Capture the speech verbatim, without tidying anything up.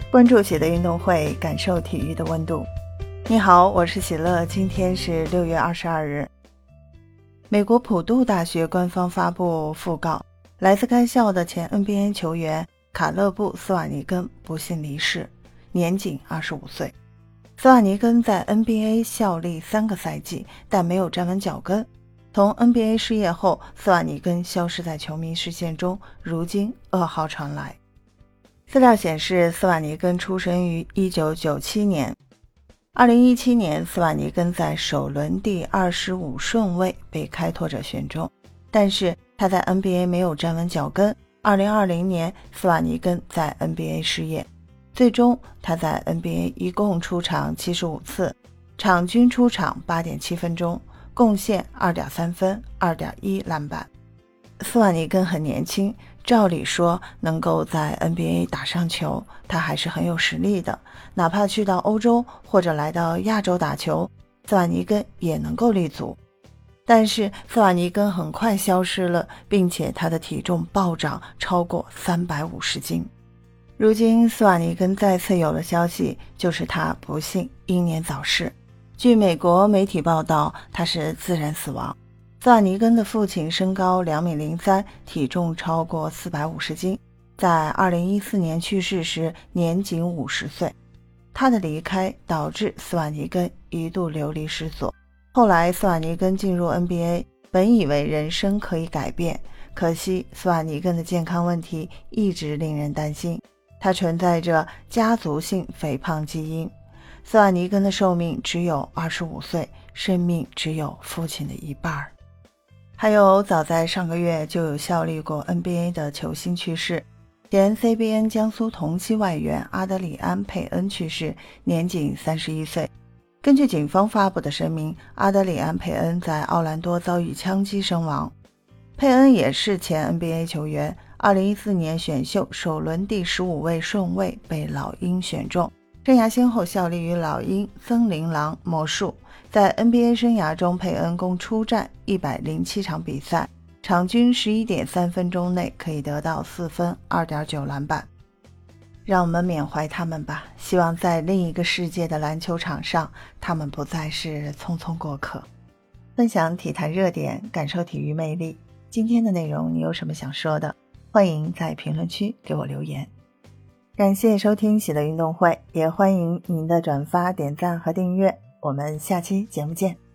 关注喜乐运动会，感受体育的温度。你好，我是喜乐，今天是六月二十二日。美国普渡大学官方发布讣告，来自该校的前 N B A 球员卡勒布·斯瓦尼根不幸离世，年仅二十五岁。斯瓦尼根在 N B A 效力三个赛季，但没有站稳脚跟。从 N B A 失业后，斯瓦尼根消失在球迷视线中，如今噩耗传来。资料显示，斯瓦尼根出生于一九九七年。二零一七年，斯瓦尼根在首轮第二十五顺位被开拓者选中，但是他在 N B A 没有站稳脚跟。二零二零年，斯瓦尼根在 N B A 失业，最终他在 N B A 一共出场七十五次，场均出场 八点七分钟，贡献 二点三分 二点一 篮板。斯瓦尼根很年轻，照理说能够在 N B A 打上球，他还是很有实力的，哪怕去到欧洲或者来到亚洲打球，斯瓦尼根也能够立足。但是斯瓦尼根很快消失了，并且他的体重暴涨超过三百五十斤。如今斯瓦尼根再次有了消息，就是他不幸英年早逝。据美国媒体报道，他是自然死亡。斯瓦尼根的父亲身高两米零三，体重超过四百五十斤，在二零一四年去世时年仅五十岁。他的离开导致斯瓦尼根一度流离失所。后来斯瓦尼根进入 N B A， 本以为人生可以改变，可惜斯瓦尼根的健康问题一直令人担心，他存在着家族性肥胖基因。斯瓦尼根的寿命只有二十五岁，生命只有父亲的一半。还有早在上个月就有效力过 N B A 的球星去世，前 C B N 江苏同曦外援阿德里安·佩恩去世，年仅三十一岁。根据警方发布的声明，阿德里安·佩恩在奥兰多遭遇枪击身亡。佩恩也是前 N B A 球员，二零一四年选秀首轮第十五位顺位被老鹰选中，生涯先后效力于老鹰、森林狼、魔术。在 N B A 生涯中，佩恩共出战一百零七场比赛，场均 十一点三分钟内可以得到四分 二点九 篮板。让我们缅怀他们吧，希望在另一个世界的篮球场上，他们不再是匆匆过客。分享体坛热点，感受体育魅力。今天的内容你有什么想说的？欢迎在评论区给我留言。感谢收听喜乐运动会，也欢迎您的转发、点赞和订阅。我们下期节目见。